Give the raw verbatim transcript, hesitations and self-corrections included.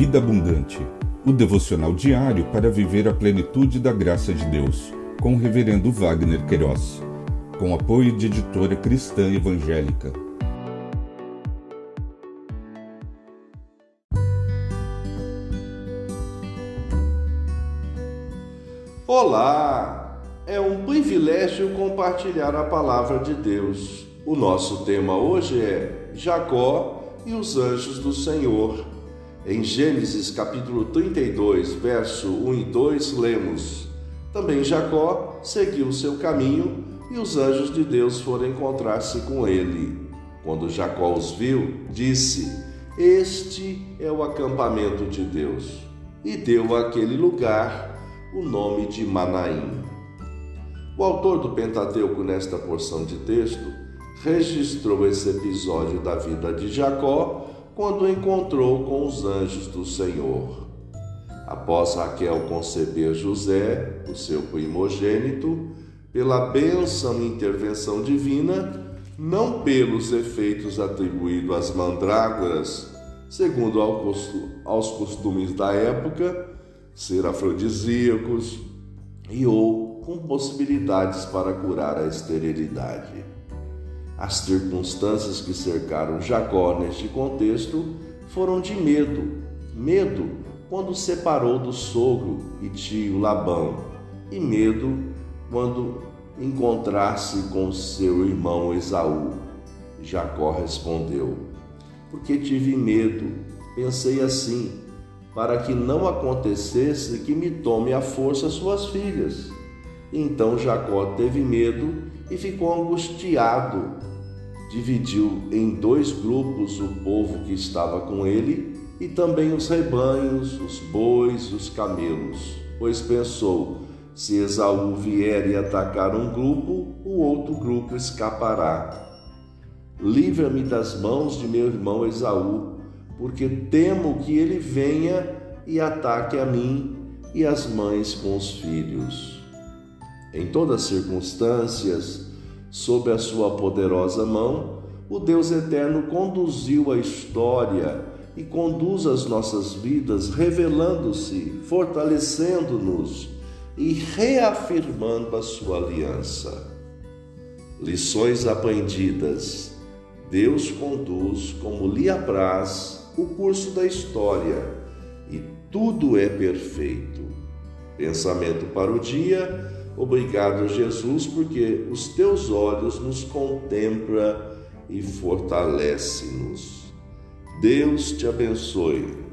Vida Abundante, o devocional diário para viver a plenitude da graça de Deus, com o reverendo Wagner Queiroz, com apoio de Editora Cristã Evangélica. Olá! É um privilégio compartilhar a palavra de Deus. O nosso tema hoje é Jacó e os anjos do Senhor. Em Gênesis capítulo trinta e dois, verso um e dois, lemos: Também Jacó seguiu seu caminho e os anjos de Deus foram encontrar-se com ele. Quando Jacó os viu, disse: Este é o acampamento de Deus. E deu àquele lugar o nome de Manaim. O autor do Pentateuco, nesta porção de texto, registrou esse episódio da vida de Jacó quando encontrou com os anjos do Senhor. Após Raquel conceber José, o seu primogênito, pela bênção e intervenção divina, não pelos efeitos atribuídos às mandrágoras, segundo aos costumes da época, ser afrodisíacos e ou com possibilidades para curar a esterilidade. As circunstâncias que cercaram Jacó neste contexto foram de medo. Medo quando separou do sogro e tio Labão, e medo quando encontrar-se com seu irmão Esaú. Jacó respondeu: Porque tive medo, pensei assim, para que não acontecesse que me tome à força suas filhas. Então Jacó teve medo e ficou angustiado. Dividiu em dois grupos o povo que estava com ele e também os rebanhos, os bois, os camelos, pois pensou: se Esaú vier e atacar um grupo, o outro grupo escapará. Livra-me das mãos de meu irmão Esaú, porque temo que ele venha e ataque a mim e as mães com os filhos. Em todas as circunstâncias, sob a sua poderosa mão, o Deus Eterno conduziu a história e conduz as nossas vidas, revelando-se, fortalecendo-nos e reafirmando a sua aliança. Lições aprendidas. Deus conduz como lhe apraz o curso da história e tudo é perfeito. Pensamento para o dia. Obrigado, Jesus, porque os teus olhos nos contemplam e fortalece-nos. Deus te abençoe.